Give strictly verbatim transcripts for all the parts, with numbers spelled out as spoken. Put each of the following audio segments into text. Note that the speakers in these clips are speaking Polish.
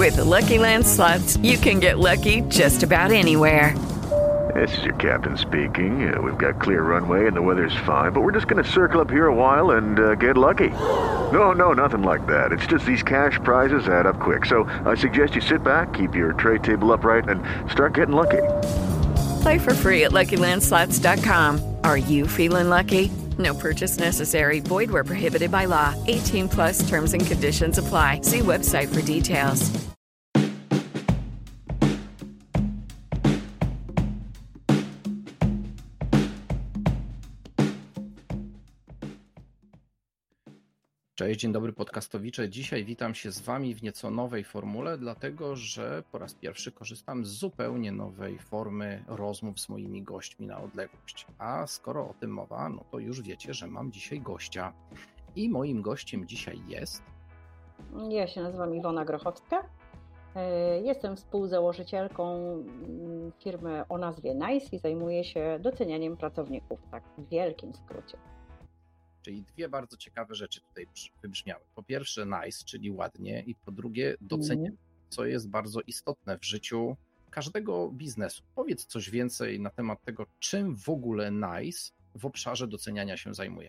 With Lucky Land Slots, you can get lucky just about anywhere. This is your captain speaking. Uh, we've got clear runway and the weather's fine, but we're just going to circle up here a while and uh, get lucky. No, no, nothing like that. It's just these cash prizes add up quick. So I suggest you sit back, keep your tray table upright, and start getting lucky. Play for free at Lucky Land Slots dot com. Are you feeling lucky? No purchase necessary. Void where prohibited by law. eighteen plus terms and conditions apply. See website for details. Cześć, dzień dobry podcastowicze. Dzisiaj witam się z Wami w nieco nowej formule, dlatego że po raz pierwszy korzystam z zupełnie nowej formy rozmów z moimi gośćmi na odległość. A skoro o tym mowa, no to już wiecie, że mam dzisiaj gościa. I moim gościem dzisiaj jest... Ja się nazywam Iwona Grochowska. Jestem współzałożycielką firmy o nazwie Nice i zajmuję się docenianiem pracowników, tak w wielkim skrócie. Czyli dwie bardzo ciekawe rzeczy tutaj wybrzmiały. Po pierwsze nice, czyli ładnie, i po drugie docenianie, mm. co jest bardzo istotne w życiu każdego biznesu. Powiedz coś więcej na temat tego, czym w ogóle nice w obszarze doceniania się zajmuje.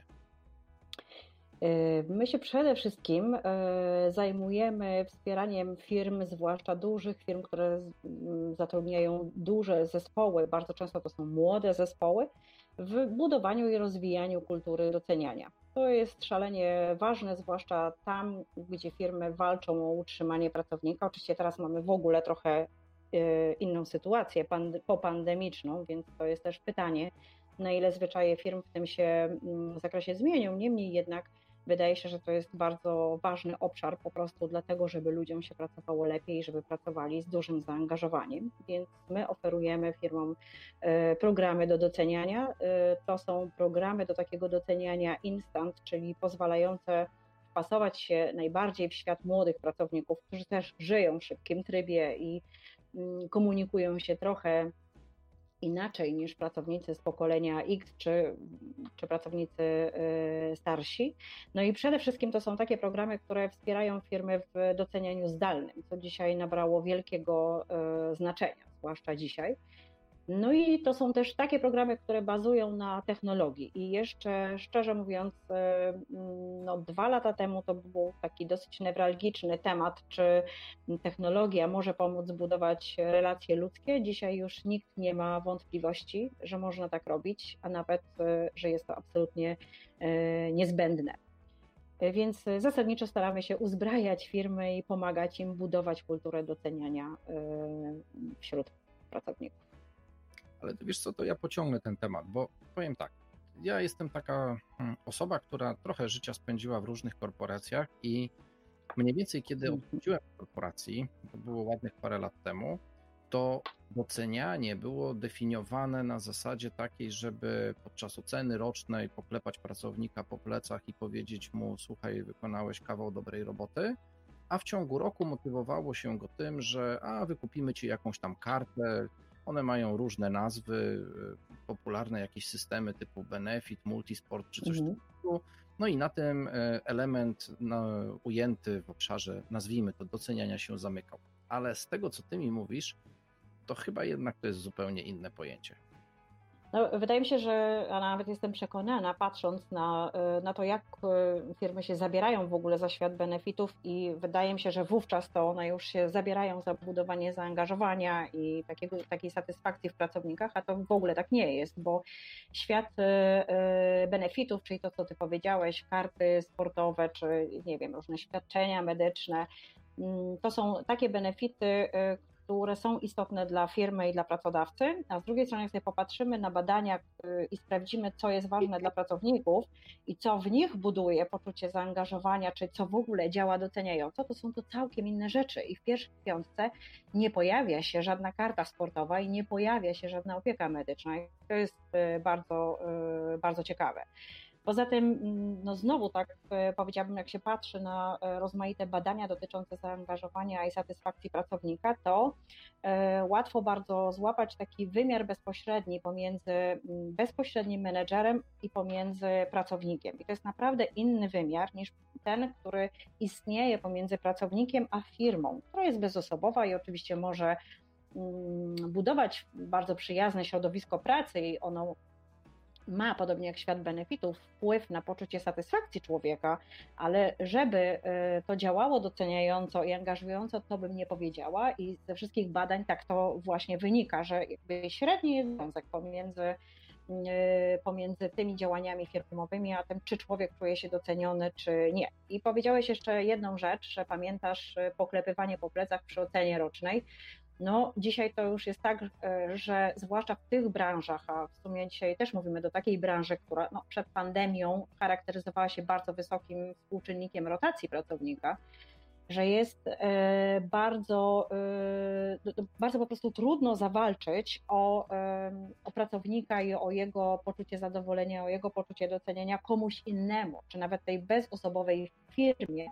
My się przede wszystkim zajmujemy wspieraniem firm, zwłaszcza dużych firm, które zatrudniają duże zespoły, bardzo często to są młode zespoły, w budowaniu i rozwijaniu kultury doceniania. To jest szalenie ważne, zwłaszcza tam, gdzie firmy walczą o utrzymanie pracownika. Oczywiście teraz mamy w ogóle trochę inną sytuację popandemiczną, więc to jest też pytanie, na ile zwyczaje firm w tym się w zakresie zmienią. Niemniej jednak wydaje się, że to jest bardzo ważny obszar po prostu dlatego, żeby ludziom się pracowało lepiej, żeby pracowali z dużym zaangażowaniem, więc my oferujemy firmom programy do doceniania. To są programy do takiego doceniania instant, czyli pozwalające wpasować się najbardziej w świat młodych pracowników, którzy też żyją w szybkim trybie i komunikują się trochę inaczej niż pracownicy z pokolenia X czy, czy pracownicy starsi. No i przede wszystkim to są takie programy, które wspierają firmy w docenianiu zdalnym, co dzisiaj nabrało wielkiego znaczenia, zwłaszcza dzisiaj. No i to są też takie programy, które bazują na technologii i jeszcze szczerze mówiąc, no dwa lata temu to był taki dosyć newralgiczny temat, czy technologia może pomóc budować relacje ludzkie. Dzisiaj już nikt nie ma wątpliwości, że można tak robić, a nawet, że jest to absolutnie niezbędne. Więc zasadniczo staramy się uzbrajać firmy i pomagać im budować kulturę doceniania wśród pracowników. Ale wiesz co, to ja pociągnę ten temat, bo powiem tak, ja jestem taka osoba, która trochę życia spędziła w różnych korporacjach i mniej więcej kiedy odchodziłem z korporacji, to było ładnych parę lat temu, to docenianie było definiowane na zasadzie takiej, żeby podczas oceny rocznej poklepać pracownika po plecach i powiedzieć mu: słuchaj, wykonałeś kawał dobrej roboty, a w ciągu roku motywowało się go tym, że a wykupimy ci jakąś tam kartę. One mają różne nazwy, popularne jakieś systemy typu Benefit, Multisport czy coś mhm. takiego. No i na tym element no, ujęty w obszarze, nazwijmy to, doceniania się zamykał. Ale z tego, co ty mi mówisz, to chyba jednak to jest zupełnie inne pojęcie. No, wydaje mi się, że, a nawet jestem przekonana, patrząc na, na to, jak firmy się zabierają w ogóle za świat benefitów, i wydaje mi się, że wówczas to one już się zabierają za budowanie zaangażowania i takiego, takiej satysfakcji w pracownikach, a to w ogóle tak nie jest, bo świat benefitów, czyli to, co ty powiedziałeś, karty sportowe, czy nie wiem, różne świadczenia medyczne, to są takie benefity, które są istotne dla firmy i dla pracodawcy, a z drugiej strony jak sobie popatrzymy na badania i sprawdzimy, co jest ważne dla pracowników i co w nich buduje poczucie zaangażowania, czy co w ogóle działa doceniająco, to są to całkiem inne rzeczy i w pierwszej piątce nie pojawia się żadna karta sportowa i nie pojawia się żadna opieka medyczna. I to jest bardzo, bardzo ciekawe. Poza tym, no znowu tak powiedziałabym, jak się patrzy na rozmaite badania dotyczące zaangażowania i satysfakcji pracownika, to łatwo bardzo złapać taki wymiar bezpośredni pomiędzy bezpośrednim menedżerem i pomiędzy pracownikiem. I to jest naprawdę inny wymiar niż ten, który istnieje pomiędzy pracownikiem a firmą, która jest bezosobowa i oczywiście może budować bardzo przyjazne środowisko pracy i ono ma, podobnie jak świat benefitów, wpływ na poczucie satysfakcji człowieka, ale żeby to działało doceniająco i angażująco, to bym nie powiedziała i ze wszystkich badań tak to właśnie wynika, że jakby średni jest związek pomiędzy, pomiędzy tymi działaniami firmowymi, a tym, czy człowiek czuje się doceniony, czy nie. I powiedziałeś jeszcze jedną rzecz, że pamiętasz poklepywanie po plecach przy ocenie rocznej. No dzisiaj to już jest tak, że zwłaszcza w tych branżach, a w sumie dzisiaj też mówimy do takiej branży, która no, przed pandemią charakteryzowała się bardzo wysokim współczynnikiem rotacji pracownika, że jest bardzo, bardzo po prostu trudno zawalczyć o, o pracownika i o jego poczucie zadowolenia, o jego poczucie docenienia komuś innemu, czy nawet tej bezosobowej firmie.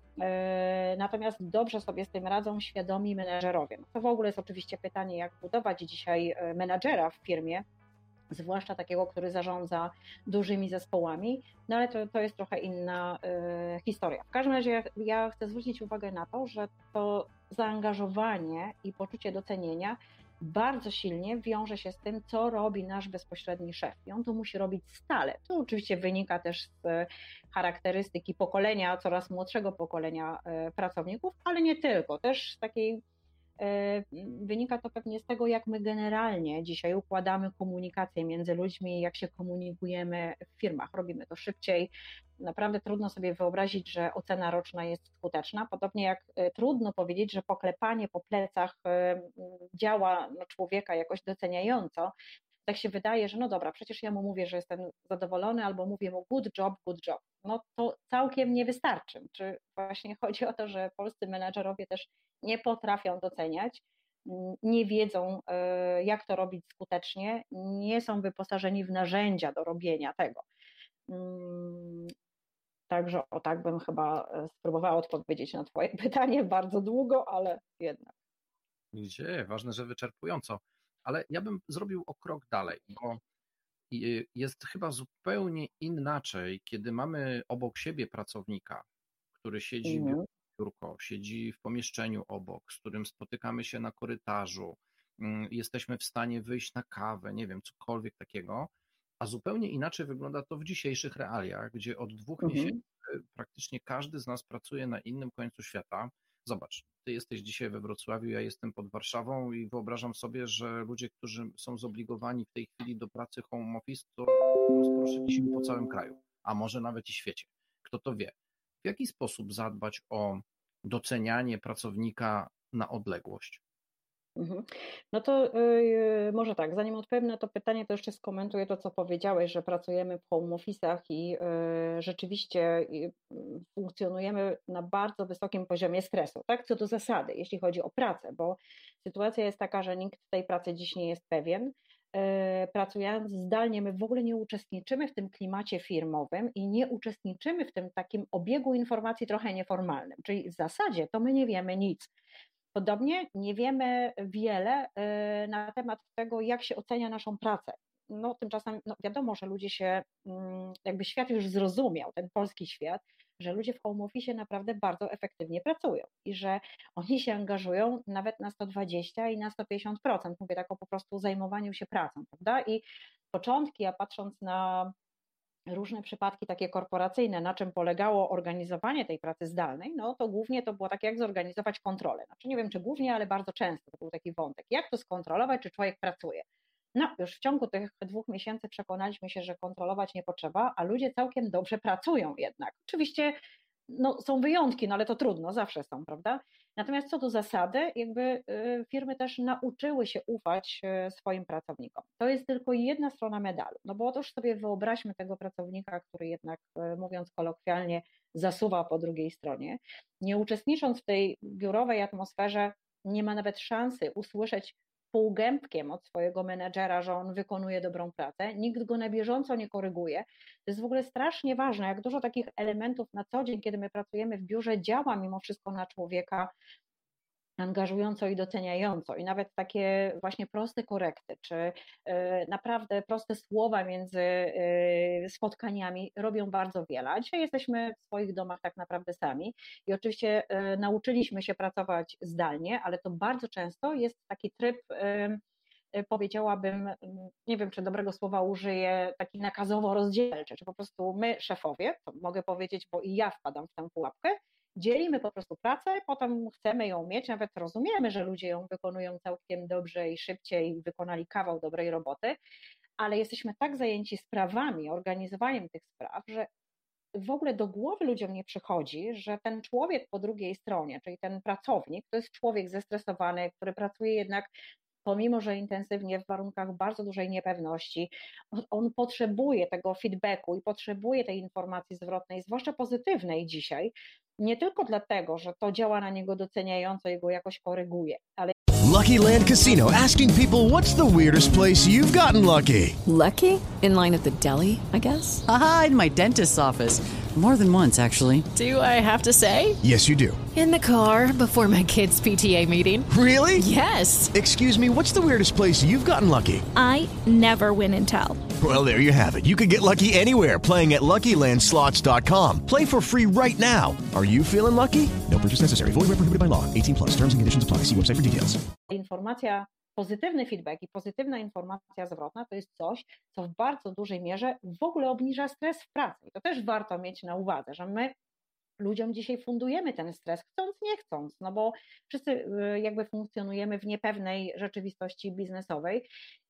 Natomiast dobrze sobie z tym radzą świadomi menedżerowie. No to w ogóle jest oczywiście pytanie, jak budować dzisiaj menedżera w firmie, zwłaszcza takiego, który zarządza dużymi zespołami, no ale to, to jest trochę inna y, historia. W każdym razie ja, ja chcę zwrócić uwagę na to, że to zaangażowanie i poczucie docenienia bardzo silnie wiąże się z tym, co robi nasz bezpośredni szef. I on to musi robić stale. To oczywiście wynika też z charakterystyki pokolenia, coraz młodszego pokolenia pracowników, ale nie tylko. Też z takiej wynika to pewnie z tego, jak my generalnie dzisiaj układamy komunikację między ludźmi, jak się komunikujemy w firmach. Robimy to szybciej. Naprawdę trudno sobie wyobrazić, że ocena roczna jest skuteczna. Podobnie jak trudno powiedzieć, że poklepanie po plecach działa na człowieka jakoś doceniająco. Tak się wydaje, że no dobra, przecież ja mu mówię, że jestem zadowolony, albo mówię mu good job, good job. No to całkiem nie wystarczy. Czy właśnie chodzi o to, że polscy menadżerowie też nie potrafią doceniać, nie wiedzą, jak to robić skutecznie, nie są wyposażeni w narzędzia do robienia tego. Także o tak bym chyba spróbowała odpowiedzieć na twoje pytanie, bardzo długo, ale jednak. Gdzie? Ważne, że wyczerpująco. Ale ja bym zrobił o krok dalej, bo jest chyba zupełnie inaczej, kiedy mamy obok siebie pracownika, który siedzi w Mhm. biurko, siedzi w pomieszczeniu obok, z którym spotykamy się na korytarzu, jesteśmy w stanie wyjść na kawę, nie wiem, cokolwiek takiego, a zupełnie inaczej wygląda to w dzisiejszych realiach, gdzie od dwóch Mhm. miesięcy praktycznie każdy z nas pracuje na innym końcu świata. Zobacz, ty jesteś dzisiaj we Wrocławiu, ja jestem pod Warszawą i wyobrażam sobie, że ludzie, którzy są zobligowani w tej chwili do pracy home office, to rozproszyli się po całym kraju, a może nawet i świecie. Kto to wie? W jaki sposób zadbać o docenianie pracownika na odległość? Mhm. No to yy, może tak, zanim odpowiem na to pytanie, to jeszcze skomentuję to, co powiedziałeś, że pracujemy w home office'ach i yy, rzeczywiście yy, funkcjonujemy na bardzo wysokim poziomie stresu, tak, co do zasady, jeśli chodzi o pracę, bo sytuacja jest taka, że nikt tej pracy dziś nie jest pewien. Yy, pracując zdalnie, my w ogóle nie uczestniczymy w tym klimacie firmowym i nie uczestniczymy w tym takim obiegu informacji trochę nieformalnym, czyli w zasadzie to my nie wiemy nic. Podobnie nie wiemy wiele na temat tego, jak się ocenia naszą pracę. No tymczasem no wiadomo, że ludzie się, jakby świat już zrozumiał, ten polski świat, że ludzie w home office naprawdę bardzo efektywnie pracują i że oni się angażują nawet na sto dwadzieścia i na sto pięćdziesiąt procent. Mówię tak o po prostu zajmowaniu się pracą, prawda? I początki, a patrząc na różne przypadki takie korporacyjne, na czym polegało organizowanie tej pracy zdalnej, no to głównie to było takie, jak zorganizować kontrolę. Znaczy nie wiem, czy głównie, ale bardzo często to był taki wątek. Jak to skontrolować, czy człowiek pracuje? No już w ciągu tych dwóch miesięcy przekonaliśmy się, że kontrolować nie potrzeba, a ludzie całkiem dobrze pracują jednak. Oczywiście no, są wyjątki, no ale to trudno, zawsze są, prawda? Natomiast co do zasady, jakby firmy też nauczyły się ufać swoim pracownikom. To jest tylko jedna strona medalu, no bo otóż sobie wyobraźmy tego pracownika, który jednak, mówiąc kolokwialnie, zasuwa po drugiej stronie. Nie uczestnicząc w tej biurowej atmosferze, nie ma nawet szansy usłyszeć półgębkiem od swojego menedżera, że on wykonuje dobrą pracę, nikt go na bieżąco nie koryguje. To jest w ogóle strasznie ważne, jak dużo takich elementów na co dzień, kiedy my pracujemy w biurze, działa mimo wszystko na człowieka angażująco i doceniająco i nawet takie właśnie proste korekty, czy naprawdę proste słowa między spotkaniami robią bardzo wiele. A dzisiaj jesteśmy w swoich domach tak naprawdę sami i oczywiście nauczyliśmy się pracować zdalnie, ale to bardzo często jest taki tryb, powiedziałabym, nie wiem, czy dobrego słowa użyję, taki nakazowo-rozdzielczy, czy po prostu my, szefowie, to mogę powiedzieć, bo i ja wpadam w tę pułapkę, dzielimy po prostu pracę, potem chcemy ją mieć, nawet rozumiemy, że ludzie ją wykonują całkiem dobrze i szybciej, wykonali kawał dobrej roboty, ale jesteśmy tak zajęci sprawami, organizowaniem tych spraw, że w ogóle do głowy ludziom nie przychodzi, że ten człowiek po drugiej stronie, czyli ten pracownik, to jest człowiek zestresowany, który pracuje jednak pomimo, że intensywnie w warunkach bardzo dużej niepewności, on potrzebuje tego feedbacku i potrzebuje tej informacji zwrotnej, zwłaszcza pozytywnej dzisiaj, nie tylko dlatego, że to działa na niego doceniająco i go jakoś koryguje, ale Lucky Land Casino, asking people, what's the weirdest place you've gotten lucky? Lucky? In line at the deli, I guess? Aha, in my dentist's office. More than once, actually. Do I have to say? Yes, you do. In the car before my kids' P T A meeting. Really? Yes. Excuse me, what's the weirdest place you've gotten lucky? I never win and tell. Well, there you have it. You can get lucky anywhere, playing at Lucky Land Slots dot com. Play for free right now. Are you feeling lucky? No purchase necessary. Void where prohibited by law. eighteen plus. Terms and conditions apply. See website for details. Informacja, pozytywny feedback i pozytywna informacja zwrotna to jest coś, co w bardzo dużej mierze w ogóle obniża stres w pracy. I to też warto mieć na uwadze, że my ludziom dzisiaj fundujemy ten stres, chcąc, nie chcąc, no bo wszyscy jakby funkcjonujemy w niepewnej rzeczywistości biznesowej.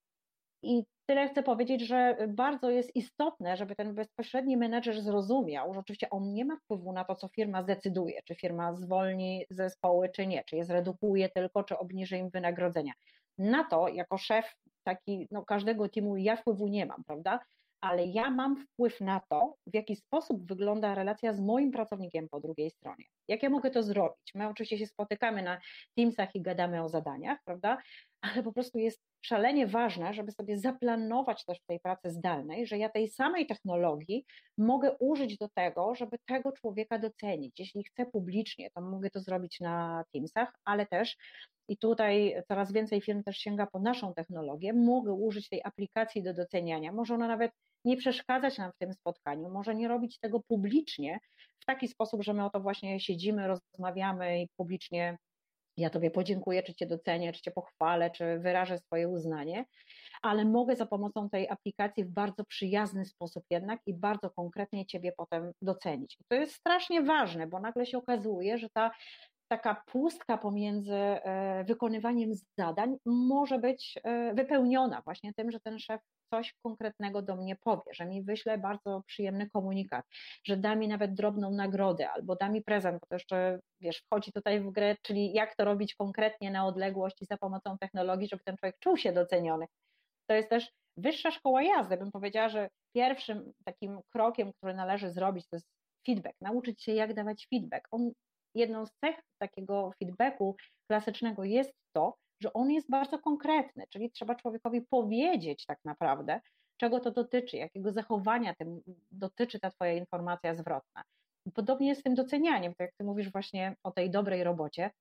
I tyle chcę powiedzieć, że bardzo jest istotne, żeby ten bezpośredni menedżer zrozumiał, że oczywiście on nie ma wpływu na to, co firma zdecyduje, czy firma zwolni zespoły, czy nie, czy je zredukuje tylko, czy obniży im wynagrodzenia. Na to jako szef taki, no każdego teamu ja wpływu nie mam, prawda? Ale ja mam wpływ na to, w jaki sposób wygląda relacja z moim pracownikiem po drugiej stronie. Jak ja mogę to zrobić? My oczywiście się spotykamy na Teamsach i gadamy o zadaniach, prawda? Ale po prostu jest szalenie ważne, żeby sobie zaplanować też w tej pracy zdalnej, że ja tej samej technologii mogę użyć do tego, żeby tego człowieka docenić. Jeśli chcę publicznie, to mogę to zrobić na Teamsach, ale też i tutaj coraz więcej firm też sięga po naszą technologię, mogę użyć tej aplikacji do doceniania. Może ona nawet nie przeszkadzać nam w tym spotkaniu, może nie robić tego publicznie w taki sposób, że my o to właśnie siedzimy, rozmawiamy i publicznie ja Tobie podziękuję, czy Cię docenię, czy Cię pochwalę, czy wyrażę swoje uznanie, ale mogę za pomocą tej aplikacji w bardzo przyjazny sposób jednak i bardzo konkretnie Ciebie potem docenić. I to jest strasznie ważne, bo nagle się okazuje, że ta taka pustka pomiędzy wykonywaniem zadań może być wypełniona właśnie tym, że ten szef coś konkretnego do mnie powie, że mi wyśle bardzo przyjemny komunikat, że da mi nawet drobną nagrodę albo da mi prezent, bo to jeszcze, wiesz, wchodzi tutaj w grę, czyli jak to robić konkretnie na odległość i za pomocą technologii, żeby ten człowiek czuł się doceniony. To jest też wyższa szkoła jazdy, bym powiedziała, że pierwszym takim krokiem, który należy zrobić, to jest feedback, nauczyć się jak dawać feedback. On, jedną z cech takiego feedbacku klasycznego jest to, że on jest bardzo konkretny, czyli trzeba człowiekowi powiedzieć tak naprawdę, czego to dotyczy, jakiego zachowania tym dotyczy ta Twoja informacja zwrotna. Podobnie jest z tym docenianiem, tak jak Ty mówisz właśnie o tej dobrej robocie,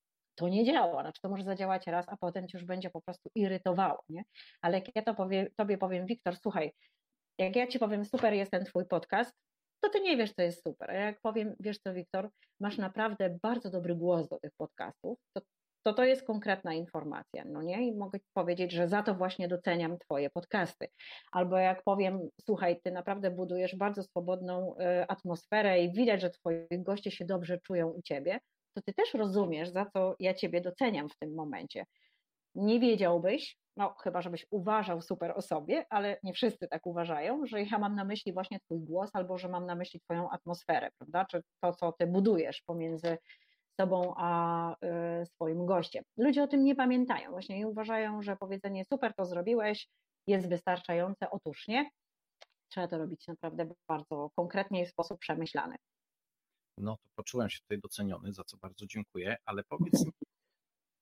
to nie działa, znaczy to może zadziałać raz, a potem Cię już będzie po prostu irytowało, nie? Ale jak ja to powie, Tobie powiem, Wiktor, słuchaj, jak ja Ci powiem, super jest ten Twój podcast, to Ty nie wiesz, co jest super, a jak powiem, wiesz co, Wiktor, masz naprawdę bardzo dobry głos do tych podcastów, to to to jest konkretna informacja, no nie? I mogę powiedzieć, że za to właśnie doceniam Twoje podcasty. Albo jak powiem, słuchaj, Ty naprawdę budujesz bardzo swobodną atmosferę i widać, że Twoi goście się dobrze czują u Ciebie, to Ty też rozumiesz, za co ja Ciebie doceniam w tym momencie. Nie wiedziałbyś, no chyba żebyś uważał super o sobie, ale nie wszyscy tak uważają, że ja mam na myśli właśnie Twój głos albo że mam na myśli Twoją atmosferę, prawda? Czy to, co Ty budujesz pomiędzy sobą a y, swoim gościem. Ludzie o tym nie pamiętają właśnie i uważają, że powiedzenie super to zrobiłeś jest wystarczające. Otóż nie. Trzeba to robić naprawdę bardzo konkretnie i w sposób przemyślany. No to poczułem się tutaj doceniony, za co bardzo dziękuję, ale powiedz mi,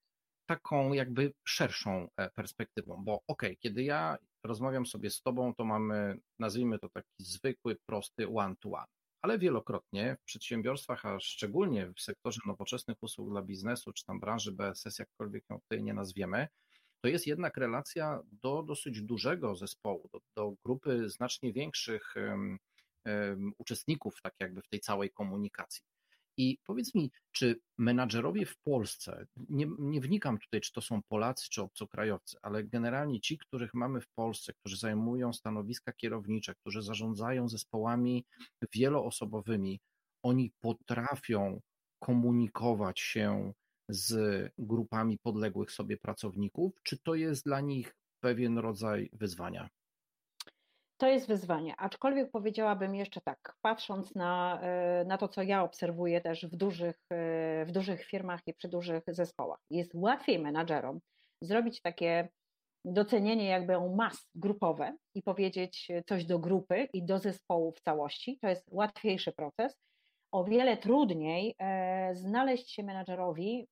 taką jakby szerszą perspektywą, bo okej, okay, kiedy ja rozmawiam sobie z tobą, to mamy, nazwijmy to taki zwykły, prosty one-to-one, ale wielokrotnie w przedsiębiorstwach, a szczególnie w sektorze nowoczesnych usług dla biznesu, czy tam branży B S S, jakkolwiek ją tutaj nie nazwiemy, to jest jednak relacja do dosyć dużego zespołu, do, do grupy znacznie większych um, um, uczestników, tak jakby w tej całej komunikacji. I powiedz mi, czy menadżerowie w Polsce, nie, nie wnikam tutaj, czy to są Polacy, czy obcokrajowcy, ale generalnie ci, których mamy w Polsce, którzy zajmują stanowiska kierownicze, którzy zarządzają zespołami wieloosobowymi, oni potrafią komunikować się z grupami podległych sobie pracowników, czy to jest dla nich pewien rodzaj wyzwania? To jest wyzwanie, aczkolwiek powiedziałabym jeszcze tak, patrząc na, na to, co ja obserwuję też w dużych, w dużych firmach i przy dużych zespołach. Jest łatwiej menadżerom zrobić takie docenienie jakby mas grupowe i powiedzieć coś do grupy i do zespołu w całości. To jest łatwiejszy proces. O wiele trudniej znaleźć się menadżerowi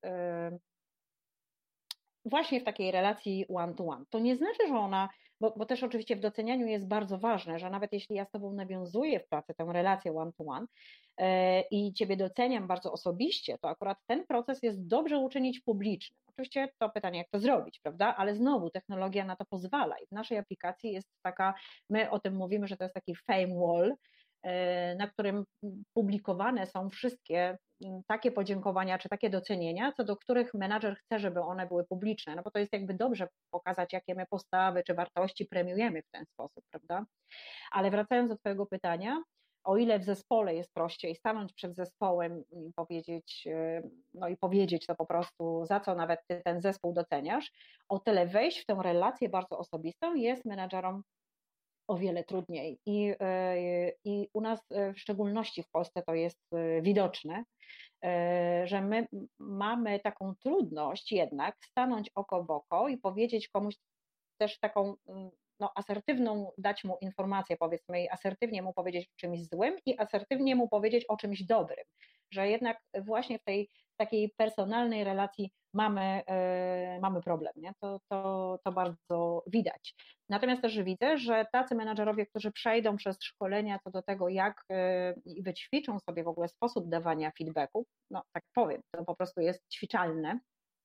właśnie w takiej relacji one-to-one. To nie znaczy, że ona, bo, bo też oczywiście w docenianiu jest bardzo ważne, że nawet jeśli ja z tobą nawiązuję w pracy tę relację one-to-one yy, i ciebie doceniam bardzo osobiście, to akurat ten proces jest dobrze uczynić publicznym. Oczywiście to pytanie, jak to zrobić, prawda? Ale znowu technologia na to pozwala i w naszej aplikacji jest taka, my o tym mówimy, że to jest taki fame wall, na którym publikowane są wszystkie takie podziękowania czy takie docenienia, co do których menadżer chce, żeby one były publiczne, no bo to jest jakby dobrze pokazać, jakie my postawy czy wartości premiujemy w ten sposób, prawda? Ale wracając do twojego pytania, o ile w zespole jest prościej stanąć przed zespołem i powiedzieć, no i powiedzieć to po prostu, za co nawet ty ten zespół doceniasz, o tyle wejść w tę relację bardzo osobistą jest menadżerom o wiele trudniej i, i u nas w szczególności w Polsce to jest widoczne, że my mamy taką trudność jednak stanąć oko w oko i powiedzieć komuś też taką no, asertywną, dać mu informację, powiedzmy, i asertywnie mu powiedzieć o czymś złym i asertywnie mu powiedzieć o czymś dobrym, że jednak właśnie w tej takiej personalnej relacji mamy, yy, mamy problem, nie? To, to, to bardzo widać. Natomiast też widzę, że tacy menadżerowie, którzy przejdą przez szkolenia co do tego, jak i yy, wyćwiczą sobie w ogóle sposób dawania feedbacku, no tak powiem, to po prostu jest ćwiczalne,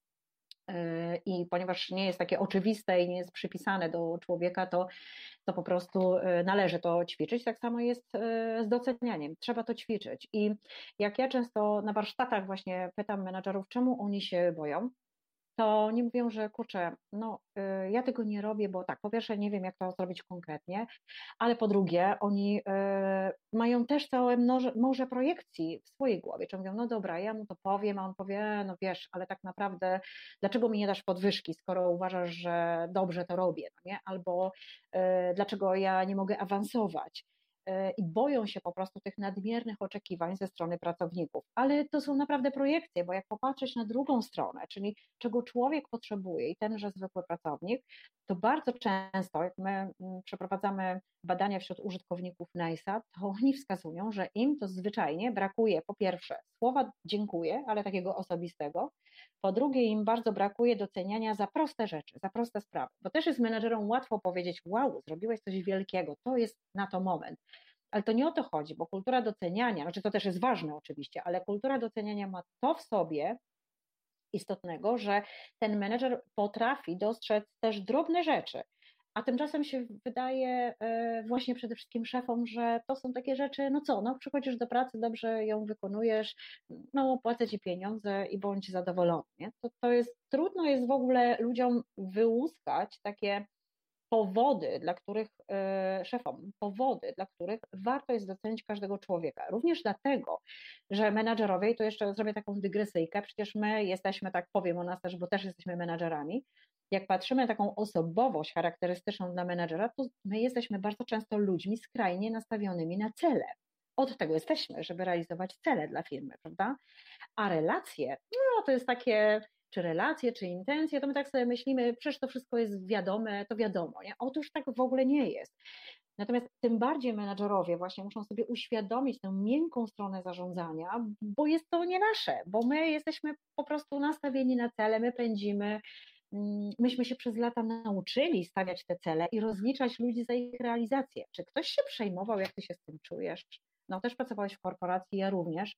i ponieważ nie jest takie oczywiste i nie jest przypisane do człowieka, to, to po prostu należy to ćwiczyć. Tak samo jest z docenianiem. Trzeba to ćwiczyć. I jak ja często na warsztatach właśnie pytam menadżerów, czemu oni się boją, to oni mówią, że kurczę, no ja tego nie robię, bo tak, po pierwsze nie wiem, jak to zrobić konkretnie, ale po drugie oni mają też całe mnoże, morze projekcji w swojej głowie, czy mówią, no dobra, ja mu to powiem, a on powie, no wiesz, ale tak naprawdę dlaczego mi nie dasz podwyżki, skoro uważasz, że dobrze to robię, no nie? Albo dlaczego ja nie mogę awansować. I boją się po prostu tych nadmiernych oczekiwań ze strony pracowników. Ale to są naprawdę projekcje, bo jak popatrzeć na drugą stronę, czyli czego człowiek potrzebuje i tenże zwykły pracownik, to bardzo często, jak my przeprowadzamy badania wśród użytkowników Nice'a, to oni wskazują, że im to zwyczajnie brakuje po pierwsze słowa dziękuję, ale takiego osobistego, po drugie im bardzo brakuje doceniania za proste rzeczy, za proste sprawy, bo też jest menedżerom łatwo powiedzieć, wow, zrobiłeś coś wielkiego, to jest na to moment. Ale to nie o to chodzi, bo kultura doceniania, znaczy to też jest ważne oczywiście, ale kultura doceniania ma to w sobie istotnego, że ten menedżer potrafi dostrzec też drobne rzeczy, a tymczasem się wydaje właśnie przede wszystkim szefom, że to są takie rzeczy, no co, no przychodzisz do pracy, dobrze ją wykonujesz, no płacę ci pieniądze i bądź zadowolony. Nie? To, to jest, trudno jest w ogóle ludziom wyłuskać takie powody, dla których, szefom, powody, dla których warto jest docenić każdego człowieka. Również dlatego, że menadżerowie, i tu jeszcze zrobię taką dygresyjkę, przecież my jesteśmy, tak powiem o nas też, bo też jesteśmy menadżerami, jak patrzymy na taką osobowość charakterystyczną dla menadżera, to my jesteśmy bardzo często ludźmi skrajnie nastawionymi na cele. Od tego jesteśmy, żeby realizować cele dla firmy, prawda? A relacje, no to jest takie, czy relacje, czy intencje, to my tak sobie myślimy, przecież to wszystko jest wiadome, to wiadomo, nie? Otóż tak w ogóle nie jest. Natomiast tym bardziej menadżerowie właśnie muszą sobie uświadomić tę miękką stronę zarządzania, bo jest to nie nasze, bo my jesteśmy po prostu nastawieni na cele, my pędzimy. Myśmy się przez lata nauczyli stawiać te cele i rozliczać ludzi za ich realizację. Czy ktoś się przejmował, jak ty się z tym czujesz? No też pracowałeś w korporacji, ja również.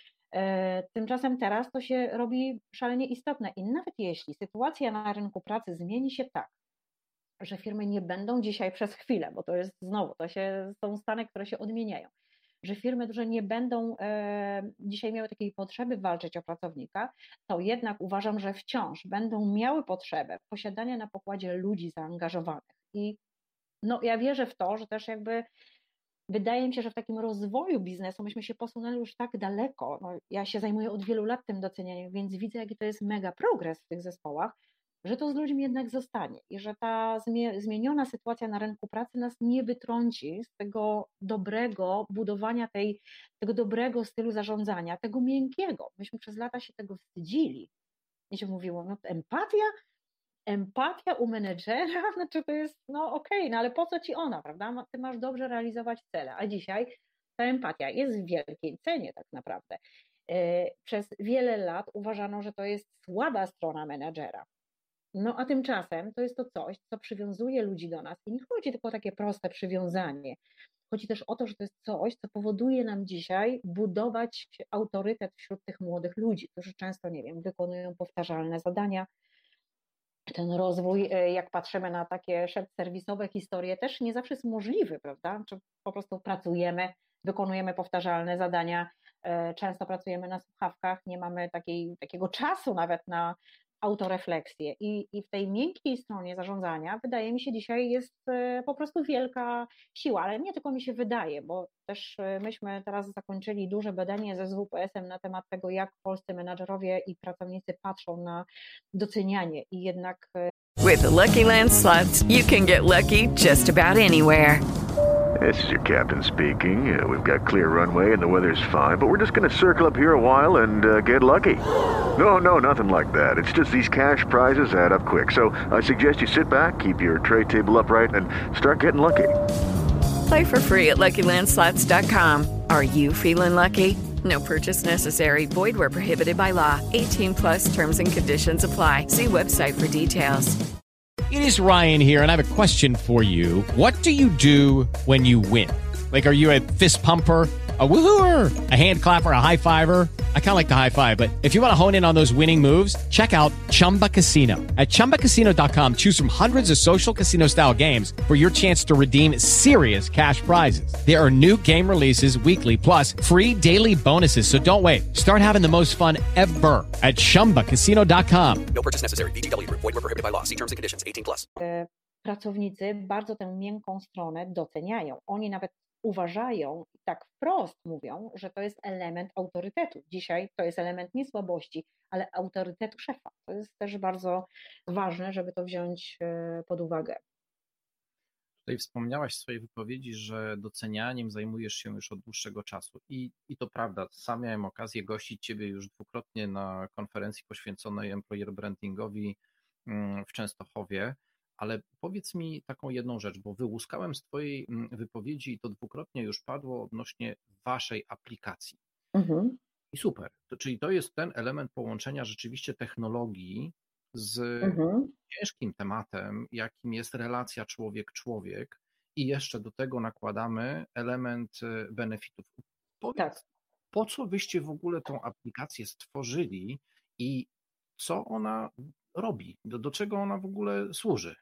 Tymczasem teraz to się robi szalenie istotne i nawet jeśli sytuacja na rynku pracy zmieni się tak, że firmy nie będą dzisiaj przez chwilę, bo to jest znowu, to się, są stany, które się odmieniają, że firmy duże nie będą e, dzisiaj miały takiej potrzeby walczyć o pracownika, to jednak uważam, że wciąż będą miały potrzebę posiadania na pokładzie ludzi zaangażowanych. I no, ja wierzę w to, że też jakby wydaje mi się, że w takim rozwoju biznesu myśmy się posunęli już tak daleko. No, ja się zajmuję od wielu lat tym docenianiem, więc widzę, jaki to jest mega progres w tych zespołach, że to z ludźmi jednak zostanie i że ta zmieniona sytuacja na rynku pracy nas nie wytrąci z tego dobrego budowania tej, tego dobrego stylu zarządzania, tego miękkiego. Myśmy przez lata się tego wstydzili i się mówiło, no empatia, empatia u menedżera, znaczy to jest, no okej, okay, no ale po co ci ona, prawda? Ty masz dobrze realizować cele, a dzisiaj ta empatia jest w wielkiej cenie tak naprawdę. Przez wiele lat uważano, że to jest słaba strona menedżera. No a tymczasem to jest to coś, co przywiązuje ludzi do nas i nie chodzi tylko o takie proste przywiązanie. Chodzi też o to, że to jest coś, co powoduje nam dzisiaj budować autorytet wśród tych młodych ludzi, którzy często, nie wiem, wykonują powtarzalne zadania. Ten rozwój, jak patrzymy na takie serwisowe historie, też nie zawsze jest możliwy, prawda? Czy po prostu pracujemy, wykonujemy powtarzalne zadania, często pracujemy na słuchawkach, nie mamy takiej, takiego czasu nawet na autorefleksję i, i w tej miękkiej stronie zarządzania wydaje mi się dzisiaj jest po prostu wielka siła, ale nie tylko mi się wydaje, bo też myśmy teraz zakończyli duże badanie ze S W P S-em na temat tego, jak polscy menadżerowie i pracownicy patrzą na docenianie i jednak... With Lucky Land Slots, you can get lucky just about anywhere. This is your captain speaking. Uh, we've got clear runway and the weather's fine, but we're just going to circle up here a while and uh, get lucky. No, no, nothing like that. It's just these cash prizes add up quick. So I suggest you sit back, keep your tray table upright, and start getting lucky. Play for free at Lucky Land Slots dot com. Are you feeling lucky? No purchase necessary. Void where prohibited by law. eighteen plus terms and conditions apply. See website for details. It is Ryan here, and I have a question for you. What do you do when you win? Like, are you a fist pumper, a woohooer, a hand clapper, a high fiver? I kind of like the high five, but if you want to hone in on those winning moves, check out Chumba Casino. At chumba casino dot com, choose from hundreds of social casino-style games for your chance to redeem serious cash prizes. There are new game releases weekly, plus free daily bonuses, so don't wait. Start having the most fun ever at chumba casino dot com. No purchase necessary. V G W. Void where prohibited by law. See terms and conditions. eighteen plus. Pracownicy bardzo tę miękką stronę doceniają. Oni nawet uważają, tak wprost mówią, że to jest element autorytetu. Dzisiaj to jest element nie słabości, ale autorytetu szefa. To jest też bardzo ważne, żeby to wziąć pod uwagę. Tutaj wspomniałaś w swojej wypowiedzi, że docenianiem zajmujesz się już od dłuższego czasu i, i to prawda. Sam miałem okazję gościć Ciebie już dwukrotnie na konferencji poświęconej employer brandingowi w Częstochowie. Ale powiedz mi taką jedną rzecz, bo wyłuskałem z Twojej wypowiedzi i to dwukrotnie już padło odnośnie Waszej aplikacji. Mhm. I super, to, czyli to jest ten element połączenia rzeczywiście technologii z Mhm. ciężkim tematem, jakim jest relacja człowiek-człowiek i jeszcze do tego nakładamy element benefitów. Powiedz, Tak. po co Wyście w ogóle tą aplikację stworzyli i co ona robi, do, do czego ona w ogóle służy?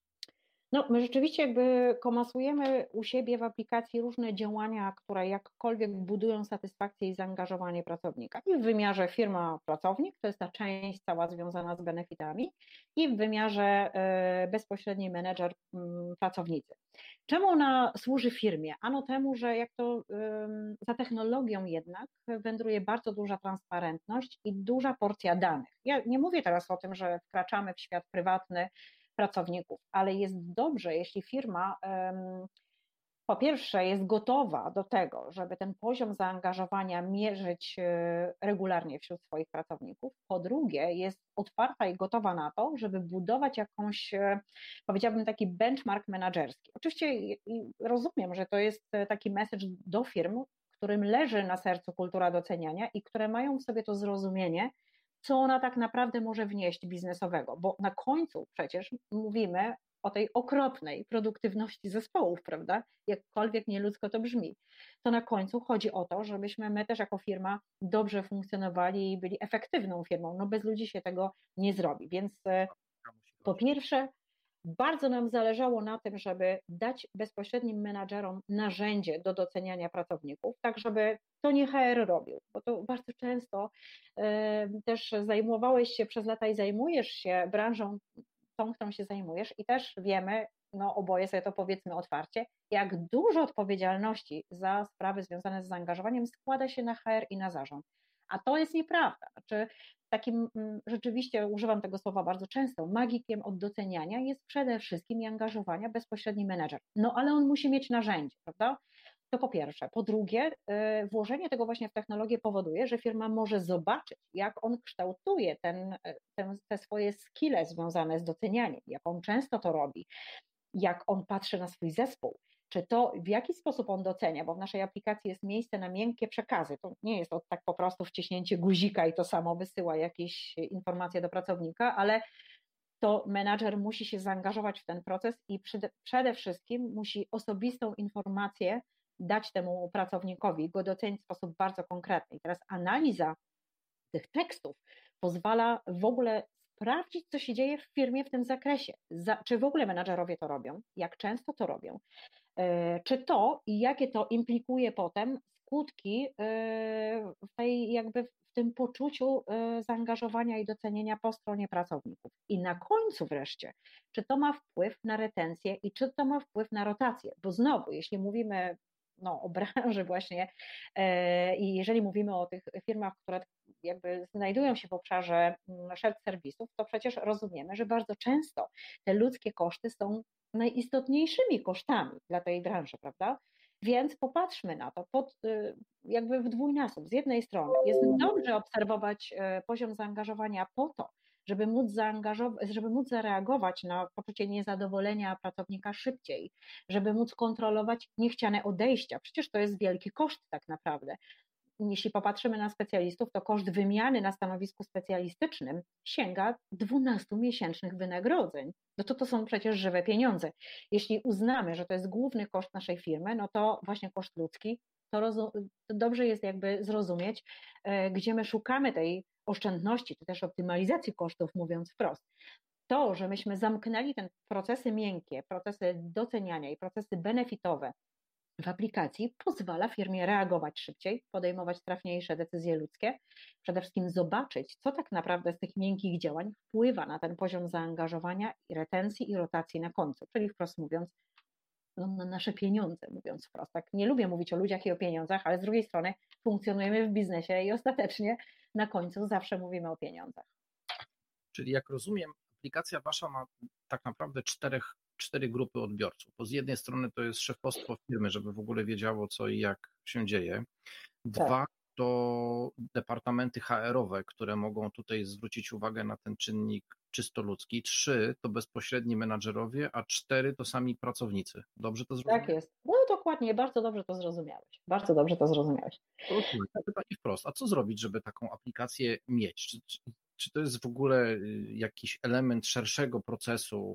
No, my rzeczywiście jakby komasujemy u siebie w aplikacji różne działania, które jakkolwiek budują satysfakcję i zaangażowanie pracownika. I w wymiarze firma-pracownik, to jest ta część cała związana z benefitami, i w wymiarze bezpośredni menedżer-pracownicy. Czemu ona służy firmie? Ano temu, że jak to za technologią jednak wędruje bardzo duża transparentność i duża porcja danych. Ja nie mówię teraz o tym, że wkraczamy w świat prywatny pracowników, ale jest dobrze, jeśli firma um, po pierwsze jest gotowa do tego, żeby ten poziom zaangażowania mierzyć regularnie wśród swoich pracowników. Po drugie jest otwarta i gotowa na to, żeby budować jakąś, powiedziałabym, taki benchmark menedżerski. Oczywiście rozumiem, że to jest taki message do firm, którym leży na sercu kultura doceniania i które mają w sobie to zrozumienie, co ona tak naprawdę może wnieść biznesowego, bo na końcu przecież mówimy o tej okropnej produktywności zespołów, prawda? Jakkolwiek nieludzko to brzmi. To na końcu chodzi o to, żebyśmy my też jako firma dobrze funkcjonowali i byli efektywną firmą. No bez ludzi się tego nie zrobi. Więc po pierwsze, bardzo nam zależało na tym, żeby dać bezpośrednim menadżerom narzędzie do doceniania pracowników, tak żeby to nie H R robił, bo to bardzo często y, też zajmowałeś się przez lata i zajmujesz się branżą tą, którą się zajmujesz i też wiemy, no oboje sobie to powiedzmy otwarcie, jak dużo odpowiedzialności za sprawy związane z zaangażowaniem składa się na H R i na zarząd. A to jest nieprawda. Znaczy, takim rzeczywiście, używam tego słowa bardzo często, magikiem od doceniania jest przede wszystkim i angażowania bezpośredni menedżer. No ale on musi mieć narzędzie, prawda? To po pierwsze. Po drugie, włożenie tego właśnie w technologię powoduje, że firma może zobaczyć, jak on kształtuje ten, ten, te swoje skille związane z docenianiem, jak on często to robi, jak on patrzy na swój zespół, czy to w jaki sposób on docenia, bo w naszej aplikacji jest miejsce na miękkie przekazy, to nie jest to tak po prostu wciśnięcie guzika i to samo wysyła jakieś informacje do pracownika, ale to menadżer musi się zaangażować w ten proces i przede wszystkim musi osobistą informację dać temu pracownikowi, go docenić w sposób bardzo konkretny. I teraz analiza tych tekstów pozwala w ogóle sprawdzić, co się dzieje w firmie w tym zakresie. Za, czy w ogóle menadżerowie to robią, jak często to robią, yy, czy to i jakie to implikuje potem skutki yy, w tej jakby w tym poczuciu yy, zaangażowania i docenienia po stronie pracowników. I na końcu wreszcie, czy to ma wpływ na retencję i czy to ma wpływ na rotację, bo znowu, jeśli mówimy no, o branży właśnie i jeżeli mówimy o tych firmach, które jakby znajdują się w obszarze shared serwisów, to przecież rozumiemy, że bardzo często te ludzkie koszty są najistotniejszymi kosztami dla tej branży, prawda? Więc popatrzmy na to pod, jakby w dwójnasób. Z jednej strony jest dobrze obserwować poziom zaangażowania po to, żeby móc, zaangażować, żeby móc zareagować na poczucie niezadowolenia pracownika szybciej, żeby móc kontrolować niechciane odejścia. Przecież to jest wielki koszt tak naprawdę. Jeśli popatrzymy na specjalistów, to koszt wymiany na stanowisku specjalistycznym sięga dwunastu miesięcznych wynagrodzeń. No to to są przecież żywe pieniądze. Jeśli uznamy, że to jest główny koszt naszej firmy, no to właśnie koszt ludzki, to, rozum, to dobrze jest jakby zrozumieć, gdzie my szukamy tej oszczędności, czy też optymalizacji kosztów, mówiąc wprost. To, że myśmy zamknęli te procesy miękkie, procesy doceniania i procesy benefitowe w aplikacji, pozwala firmie reagować szybciej, podejmować trafniejsze decyzje ludzkie, przede wszystkim zobaczyć, co tak naprawdę z tych miękkich działań wpływa na ten poziom zaangażowania i retencji i rotacji na końcu, czyli wprost mówiąc, no, na nasze pieniądze, mówiąc wprost. Tak, nie lubię mówić o ludziach i o pieniądzach, ale z drugiej strony funkcjonujemy w biznesie i ostatecznie na końcu zawsze mówimy o pieniądzach. Czyli jak rozumiem, aplikacja wasza ma tak naprawdę czterech, cztery grupy odbiorców. Bo z jednej strony to jest szefostwo firmy, żeby w ogóle wiedziało, co i jak się dzieje. Dwa tak. to departamenty H R-owe, które mogą tutaj zwrócić uwagę na ten czynnik czysto ludzki. Trzy to bezpośredni menadżerowie, a cztery to sami pracownicy. Dobrze to zrozumiałeś? Tak jest. No dokładnie, bardzo dobrze to zrozumiałeś. Bardzo dobrze to zrozumiałeś. To pytanie wprost. A co zrobić, żeby taką aplikację mieć? Czy, czy, czy to jest w ogóle jakiś element szerszego procesu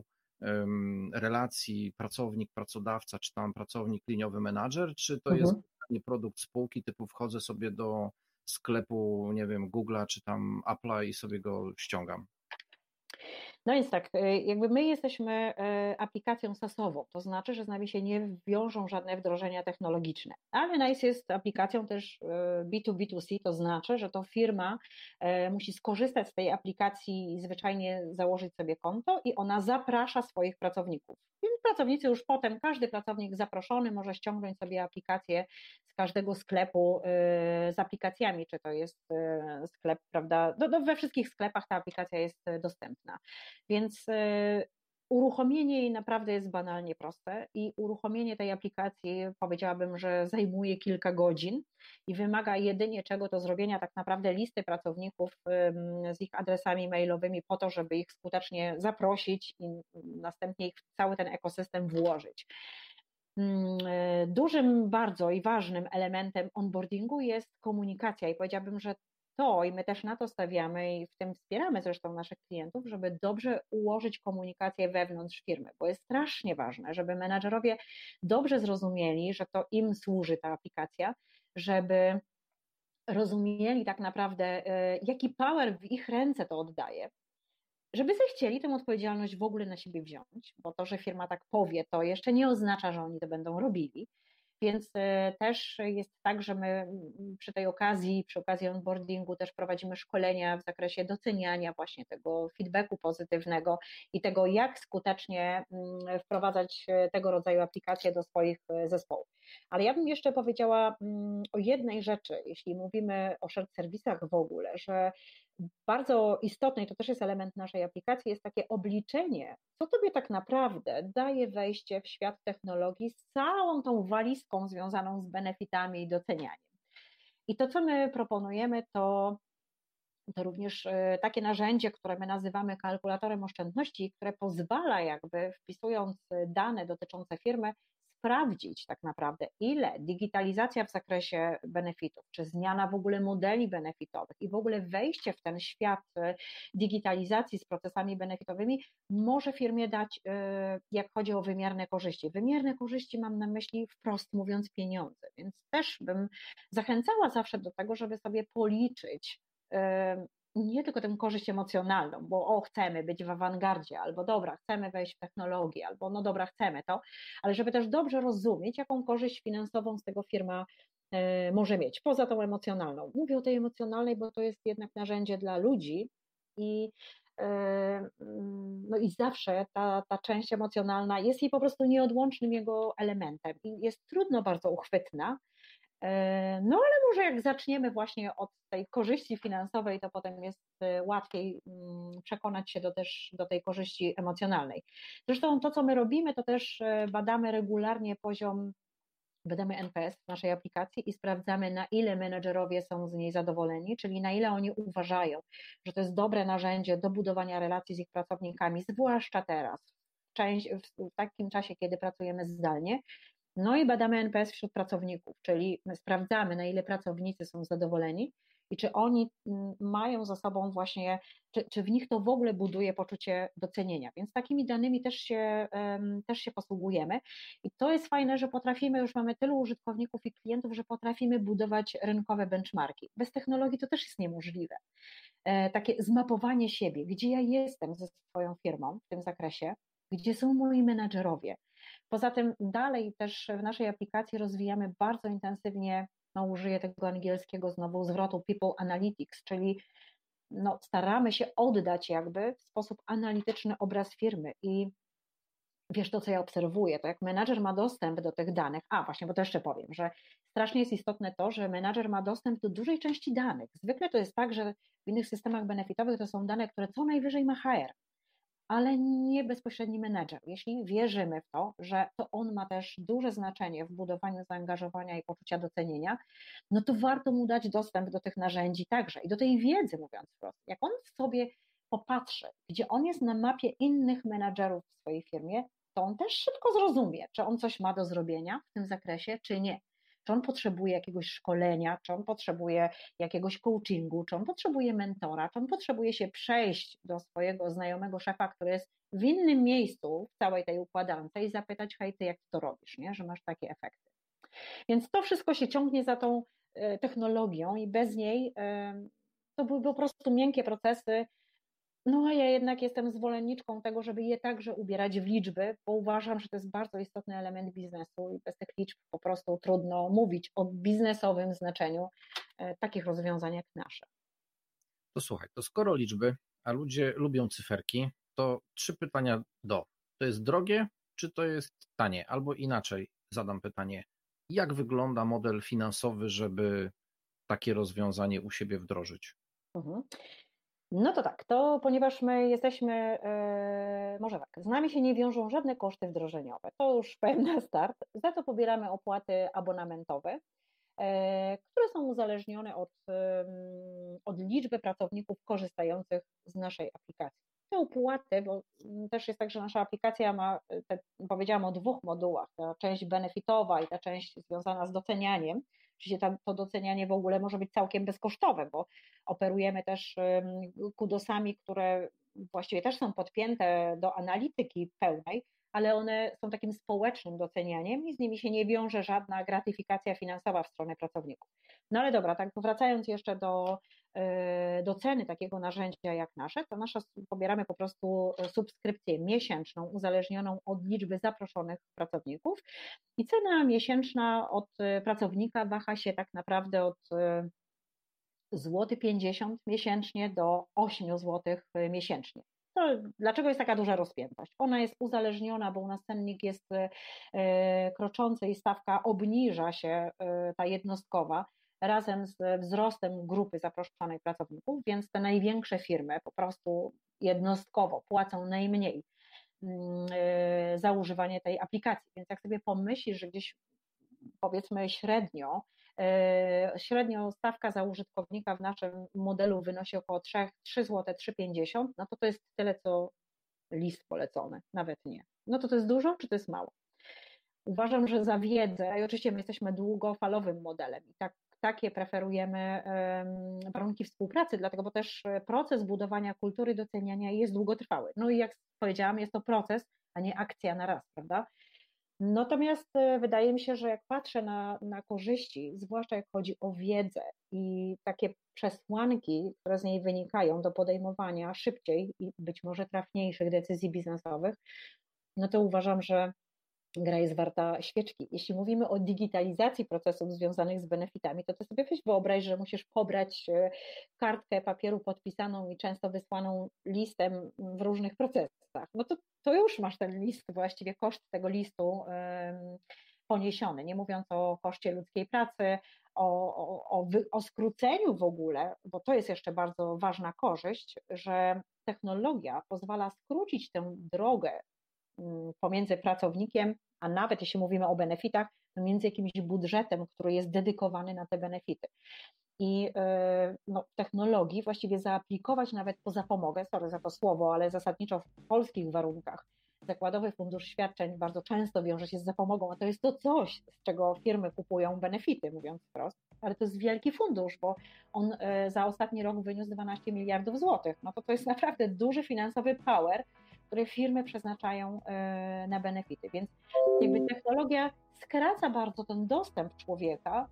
um, relacji pracownik-pracodawca, czy tam pracownik-liniowy menadżer, czy to mhm. jest produkt spółki typu wchodzę sobie do sklepu, nie wiem, Google'a czy tam Apple'a i sobie go ściągam? No więc tak, jakby my jesteśmy aplikacją SaaS-ową, to znaczy, że z nami się nie wiążą żadne wdrożenia technologiczne, ale NICE jest aplikacją też B dwa B dwa C, to znaczy, że to firma musi skorzystać z tej aplikacji i zwyczajnie założyć sobie konto i ona zaprasza swoich pracowników. I pracownicy już potem, każdy pracownik zaproszony może ściągnąć sobie aplikację z każdego sklepu z aplikacjami, czy to jest sklep, prawda, no, no we wszystkich sklepach ta aplikacja jest dostępna. Więc Uruchomienie jej naprawdę jest banalnie proste i uruchomienie tej aplikacji powiedziałabym, że zajmuje kilka godzin i wymaga jedynie czego do zrobienia tak naprawdę listy pracowników z ich adresami mailowymi po to, żeby ich skutecznie zaprosić i następnie ich w cały ten ekosystem włożyć. Dużym bardzo i ważnym elementem onboardingu jest komunikacja i powiedziałabym, że to i my też na to stawiamy i w tym wspieramy zresztą naszych klientów, żeby dobrze ułożyć komunikację wewnątrz firmy, bo jest strasznie ważne, żeby menadżerowie dobrze zrozumieli, że to im służy ta aplikacja, żeby rozumieli tak naprawdę, jaki power w ich ręce to oddaje, żeby zechcieli tę odpowiedzialność w ogóle na siebie wziąć, bo to, że firma tak powie, to jeszcze nie oznacza, że oni to będą robili. Więc też jest tak, że my przy tej okazji, przy okazji onboardingu też prowadzimy szkolenia w zakresie doceniania właśnie tego feedbacku pozytywnego i tego, jak skutecznie wprowadzać tego rodzaju aplikacje do swoich zespołów. Ale ja bym jeszcze powiedziała o jednej rzeczy, jeśli mówimy o shared serwisach w ogóle, że bardzo istotne, i to też jest element naszej aplikacji, jest takie obliczenie, co tobie tak naprawdę daje wejście w świat technologii z całą tą walizką związaną z benefitami i docenianiem. I to, co my proponujemy, to, to również takie narzędzie, które my nazywamy kalkulatorem oszczędności, które pozwala jakby, wpisując dane dotyczące firmy, sprawdzić tak naprawdę, ile digitalizacja w zakresie benefitów, czy zmiana w ogóle modeli benefitowych i w ogóle wejście w ten świat digitalizacji z procesami benefitowymi może firmie dać, jak chodzi o wymierne korzyści. Wymierne korzyści mam na myśli wprost mówiąc pieniądze, więc też bym zachęcała zawsze do tego, żeby sobie policzyć nie tylko tę korzyść emocjonalną, bo o, chcemy być w awangardzie, albo dobra, chcemy wejść w technologię, albo no dobra, chcemy to, ale żeby też dobrze rozumieć, jaką korzyść finansową z tego firma y, może mieć, poza tą emocjonalną. Mówię o tej emocjonalnej, bo to jest jednak narzędzie dla ludzi i y, no i zawsze ta, ta część emocjonalna jest jej po prostu nieodłącznym jego elementem i jest trudno bardzo uchwytna. No ale może jak zaczniemy właśnie od tej korzyści finansowej, to potem jest łatwiej przekonać się do, też do tej korzyści emocjonalnej. Zresztą to, co my robimy, to też badamy regularnie poziom, badamy N P S w naszej aplikacji i sprawdzamy, na ile menedżerowie są z niej zadowoleni, czyli na ile oni uważają, że to jest dobre narzędzie do budowania relacji z ich pracownikami, zwłaszcza teraz, w takim czasie, kiedy pracujemy zdalnie. No i badamy N P S wśród pracowników, czyli sprawdzamy, na ile pracownicy są zadowoleni i czy oni mają za sobą właśnie, czy, czy w nich to w ogóle buduje poczucie docenienia. Więc takimi danymi też się, też się posługujemy i to jest fajne, że potrafimy, już mamy tylu użytkowników i klientów, że potrafimy budować rynkowe benchmarki. Bez technologii to też jest niemożliwe. Takie zmapowanie siebie, gdzie ja jestem ze swoją firmą w tym zakresie, gdzie są moi menadżerowie. Poza tym dalej też w naszej aplikacji rozwijamy bardzo intensywnie, no użyję tego angielskiego znowu zwrotu People Analytics, czyli no staramy się oddać jakby w sposób analityczny obraz firmy i wiesz to, co ja obserwuję, to jak menadżer ma dostęp do tych danych, a właśnie, bo to jeszcze powiem, że strasznie jest istotne to, że menadżer ma dostęp do dużej części danych. Zwykle to jest tak, że w innych systemach benefitowych to są dane, które co najwyżej ma H R, ale nie bezpośredni menedżer. Jeśli wierzymy w to, że to on ma też duże znaczenie w budowaniu zaangażowania i poczucia docenienia, no to warto mu dać dostęp do tych narzędzi także i do tej wiedzy, mówiąc wprost. Jak on sobie popatrzy, gdzie on jest na mapie innych menedżerów w swojej firmie, to on też szybko zrozumie, czy on coś ma do zrobienia w tym zakresie, czy nie. Czy on potrzebuje jakiegoś szkolenia, czy on potrzebuje jakiegoś coachingu, czy on potrzebuje mentora, czy on potrzebuje się przejść do swojego znajomego szefa, który jest w innym miejscu w całej tej układance i zapytać, hej, ty jak to robisz, nie? Że masz takie efekty. Więc to wszystko się ciągnie za tą technologią i bez niej to były po prostu miękkie procesy. No a ja jednak jestem zwolenniczką tego, żeby je także ubierać w liczby, bo uważam, że to jest bardzo istotny element biznesu i bez tych liczb po prostu trudno mówić o biznesowym znaczeniu takich rozwiązań jak nasze. To słuchaj, to skoro liczby, a ludzie lubią cyferki, to trzy pytania do. To jest drogie, czy to jest tanie? Albo inaczej zadam pytanie, jak wygląda model finansowy, żeby takie rozwiązanie u siebie wdrożyć? Mhm. No to tak, to ponieważ my jesteśmy, e, może tak, z nami się nie wiążą żadne koszty wdrożeniowe, to już powiem na start, za to pobieramy opłaty abonamentowe, e, które są uzależnione od, e, od liczby pracowników korzystających z naszej aplikacji. Te opłaty, bo też jest tak, że nasza aplikacja ma, te, powiedziałam o dwóch modułach, ta część benefitowa i ta część związana z docenianiem. Oczywiście tam to docenianie w ogóle może być całkiem bezkosztowe, bo operujemy też kudosami, które właściwie też są podpięte do analityki pełnej, ale one są takim społecznym docenianiem i z nimi się nie wiąże żadna gratyfikacja finansowa w stronę pracowników. No ale dobra, tak wracając jeszcze do, do ceny takiego narzędzia jak nasze, to nasza pobieramy po prostu subskrypcję miesięczną uzależnioną od liczby zaproszonych pracowników i cena miesięczna od pracownika waha się tak naprawdę od złoty pięćdziesiąt miesięcznie do osiem złotych miesięcznie. To dlaczego jest taka duża rozpiętość? Ona jest uzależniona, bo u nas cennik jest kroczący i stawka obniża się, ta jednostkowa, razem z wzrostem grupy zaproszonych pracowników, więc te największe firmy po prostu jednostkowo płacą najmniej za używanie tej aplikacji. Więc jak sobie pomyślisz, że gdzieś powiedzmy średnio, średnio stawka za użytkownika w naszym modelu wynosi około trzy złote trzy pięćdziesiąt, no to to jest tyle, co list polecony, nawet nie. No to to jest dużo, czy to jest mało? Uważam, że za wiedzę, i oczywiście my jesteśmy długofalowym modelem i tak, takie preferujemy warunki współpracy, dlatego, bo też proces budowania kultury doceniania jest długotrwały. No i jak powiedziałam, jest to proces, a nie akcja na raz, prawda? Natomiast wydaje mi się, że jak patrzę na, na korzyści, zwłaszcza jak chodzi o wiedzę i takie przesłanki, które z niej wynikają do podejmowania szybciej i być może trafniejszych decyzji biznesowych, no to uważam, że gra jest warta świeczki. Jeśli mówimy o digitalizacji procesów związanych z benefitami, to ty sobie weź wyobraź, że musisz pobrać kartkę papieru podpisaną i często wysłaną listem w różnych procesach. No to, to już masz ten list, właściwie koszt tego listu um, poniesiony, nie mówiąc o koszcie ludzkiej pracy, o, o, o, wy, o skróceniu w ogóle, bo to jest jeszcze bardzo ważna korzyść, że technologia pozwala skrócić tę drogę pomiędzy pracownikiem, a nawet jeśli mówimy o benefitach, między jakimś budżetem, który jest dedykowany na te benefity. I no, w technologii właściwie zaaplikować nawet po zapomogę, sorry za to słowo, ale zasadniczo w polskich warunkach zakładowy fundusz świadczeń bardzo często wiąże się z zapomogą, a to jest to coś, z czego firmy kupują benefity, mówiąc wprost, ale to jest wielki fundusz, bo on za ostatni rok wyniósł dwanaście miliardów złotych. No to to jest naprawdę duży finansowy power, które firmy przeznaczają na benefity. Więc jakby technologia skraca bardzo ten dostęp człowieka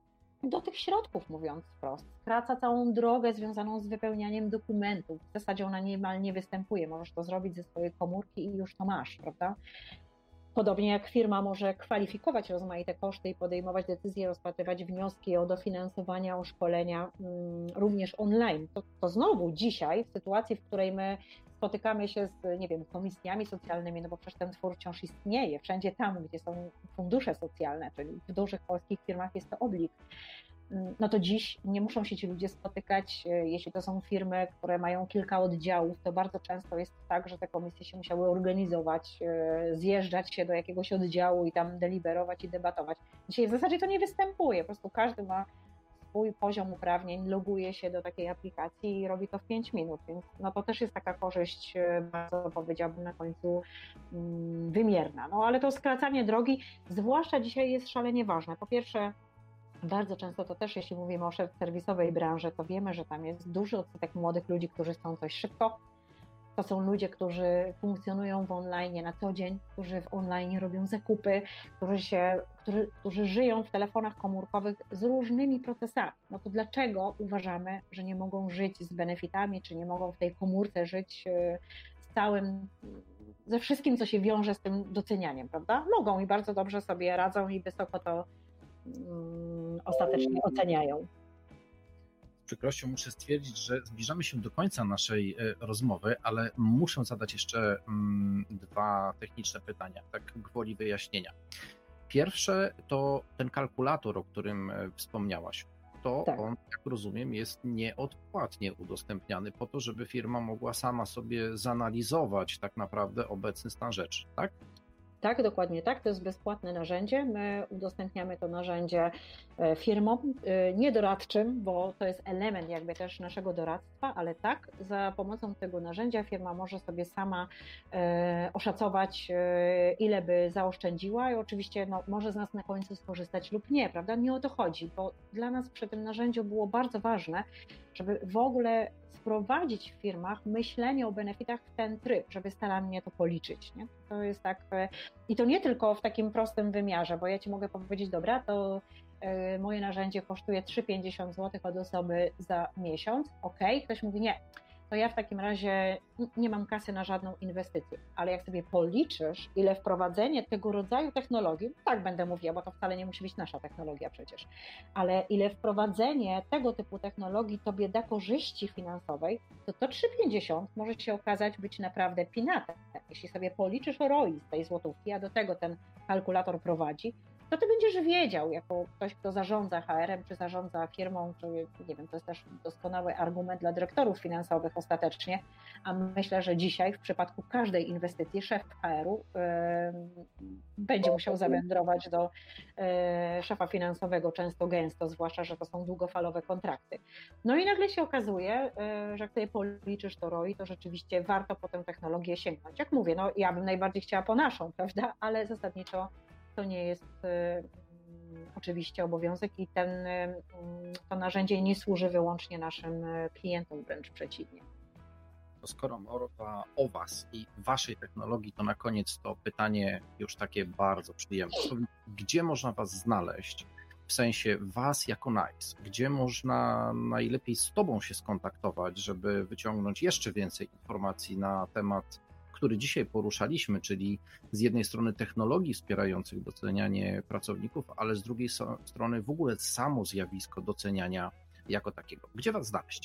do tych środków, mówiąc wprost. Skraca całą drogę związaną z wypełnianiem dokumentów. W zasadzie ona niemal nie występuje. Możesz to zrobić ze swojej komórki i już to masz, prawda? Podobnie jak firma może kwalifikować rozmaite koszty i podejmować decyzje, rozpatrywać wnioski o dofinansowania, o szkolenia również online. To, to znowu dzisiaj, w sytuacji, w której my spotykamy się z, nie wiem, komisjami socjalnymi, no bo przecież ten twór wciąż istnieje, wszędzie tam, gdzie są fundusze socjalne, czyli w dużych polskich firmach jest to oblig. No to dziś nie muszą się ci ludzie spotykać, jeśli to są firmy, które mają kilka oddziałów, to bardzo często jest tak, że te komisje się musiały organizować, zjeżdżać się do jakiegoś oddziału i tam deliberować i debatować. Dzisiaj w zasadzie to nie występuje, po prostu każdy ma swój poziom uprawnień, loguje się do takiej aplikacji i robi to w pięć minut, więc no to też jest taka korzyść bardzo, powiedziałabym, na końcu wymierna. No ale to skracanie drogi, zwłaszcza dzisiaj, jest szalenie ważne. Po pierwsze, bardzo często to też, jeśli mówimy o serwisowej branży, to wiemy, że tam jest duży odsetek młodych ludzi, którzy chcą coś szybko. To są ludzie, którzy funkcjonują w online na co dzień, którzy w online robią zakupy, którzy, się, którzy, którzy żyją w telefonach komórkowych z różnymi procesami. No to dlaczego uważamy, że nie mogą żyć z benefitami, czy nie mogą w tej komórce żyć z całym, ze wszystkim, co się wiąże z tym docenianiem, prawda? Mogą i bardzo dobrze sobie radzą i wysoko to um, ostatecznie oceniają. Z przykrością muszę stwierdzić, że zbliżamy się do końca naszej rozmowy, ale muszę zadać jeszcze dwa techniczne pytania, tak gwoli wyjaśnienia. Pierwsze to ten kalkulator, o którym wspomniałaś. to Tak. on, jak rozumiem, jest nieodpłatnie udostępniany po to, żeby firma mogła sama sobie zanalizować tak naprawdę obecny stan rzeczy, tak? Tak, dokładnie tak. To jest bezpłatne narzędzie. My udostępniamy to narzędzie firmom, nie doradczym, bo to jest element jakby też naszego doradztwa, ale tak, za pomocą tego narzędzia firma może sobie sama e, oszacować, e, ile by zaoszczędziła i oczywiście no, może z nas na końcu skorzystać lub nie, prawda? Nie o to chodzi, bo dla nas przy tym narzędziu było bardzo ważne, żeby w ogóle wprowadzić w firmach myślenie o benefitach w ten tryb, żeby starannie to policzyć. Nie? To jest tak, i to nie tylko w takim prostym wymiarze, bo ja Ci mogę powiedzieć, dobra, to y, moje narzędzie kosztuje trzy pięćdziesiąt złotych od osoby za miesiąc, ok, ktoś mówi nie, to ja w takim razie nie mam kasy na żadną inwestycję, ale jak sobie policzysz, ile wprowadzenie tego rodzaju technologii, tak będę mówiła, bo to wcale nie musi być nasza technologia przecież, ale ile wprowadzenie tego typu technologii tobie da korzyści finansowej, to to trzy pięćdziesiąt może się okazać być naprawdę peanutem. Jeśli sobie policzysz R O I z tej złotówki, a do tego ten kalkulator prowadzi, to ty będziesz wiedział, jako ktoś, kto zarządza H R-em, czy zarządza firmą, czy nie wiem, to jest też doskonały argument dla dyrektorów finansowych ostatecznie, a myślę, że dzisiaj w przypadku każdej inwestycji szef H R-u yy, będzie musiał zawędrować do yy, szefa finansowego często gęsto, zwłaszcza, że to są długofalowe kontrakty. No i nagle się okazuje, yy, że jak sobie policzysz to R O I, to rzeczywiście warto po tę technologię sięgnąć. Jak mówię, no ja bym najbardziej chciała po naszą, prawda, ale zasadniczo to nie jest y, y, oczywiście obowiązek i ten, y, to narzędzie nie służy wyłącznie naszym klientom, wręcz przeciwnie. To skoro mowa o Was i Waszej technologii, to na koniec to pytanie już takie bardzo przyjemne. Gdzie można Was znaleźć? W sensie Was jako NICE. Gdzie można najlepiej z Tobą się skontaktować, żeby wyciągnąć jeszcze więcej informacji na temat, który dzisiaj poruszaliśmy, czyli z jednej strony technologii wspierających docenianie pracowników, ale z drugiej strony w ogóle samo zjawisko doceniania jako takiego. Gdzie Was znaleźć?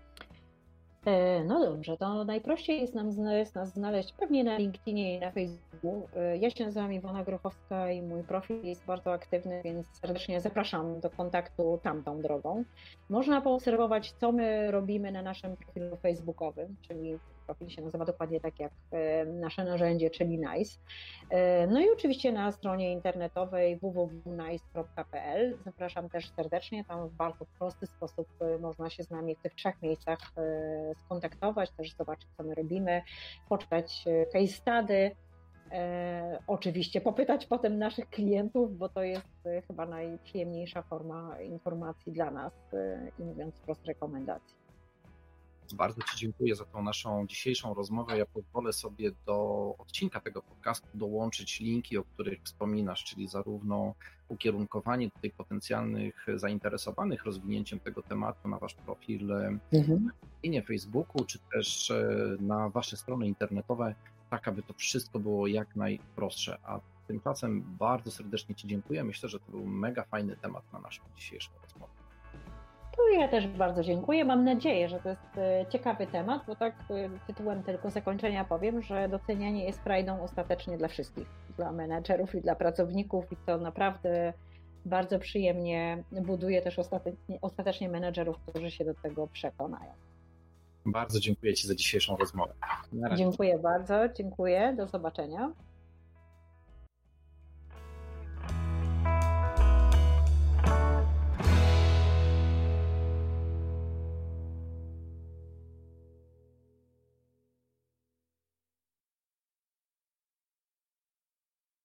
No dobrze, to najprościej jest nam jest nas znaleźć pewnie na LinkedInie i na Facebooku. Ja się nazywam Iwona Grochowska i mój profil jest bardzo aktywny, więc serdecznie zapraszam do kontaktu tamtą drogą. Można poobserwować, co my robimy na naszym profilu facebookowym, czyli profil się nazywa dokładnie tak jak nasze narzędzie, czyli NICE. No i oczywiście na stronie internetowej w w w kropka nice kropka p l. Zapraszam też serdecznie, tam w bardzo prosty sposób można się z nami w tych trzech miejscach skontaktować, też zobaczyć, co my robimy, poczytać case study, oczywiście popytać potem naszych klientów, bo to jest chyba najprzyjemniejsza forma informacji dla nas i mówiąc wprost rekomendacji. Bardzo Ci dziękuję za tą naszą dzisiejszą rozmowę. Ja pozwolę sobie do odcinka tego podcastu dołączyć linki, o których wspominasz, czyli zarówno ukierunkowanie tutaj potencjalnych zainteresowanych rozwinięciem tego tematu na Wasz profil mhm. na Facebooku, czy też na Wasze strony internetowe, tak aby to wszystko było jak najprostsze. A tymczasem bardzo serdecznie Ci dziękuję. Myślę, że to był mega fajny temat na naszą dzisiejszą rozmowę. To ja też bardzo dziękuję. Mam nadzieję, że to jest ciekawy temat, bo tak tytułem tylko zakończenia powiem, że docenianie jest frajdą ostatecznie dla wszystkich, dla menedżerów i dla pracowników i to naprawdę bardzo przyjemnie buduje też ostatecznie, ostatecznie menedżerów, którzy się do tego przekonają. Bardzo dziękuję Ci za dzisiejszą rozmowę. Dziękuję bardzo, dziękuję, do zobaczenia.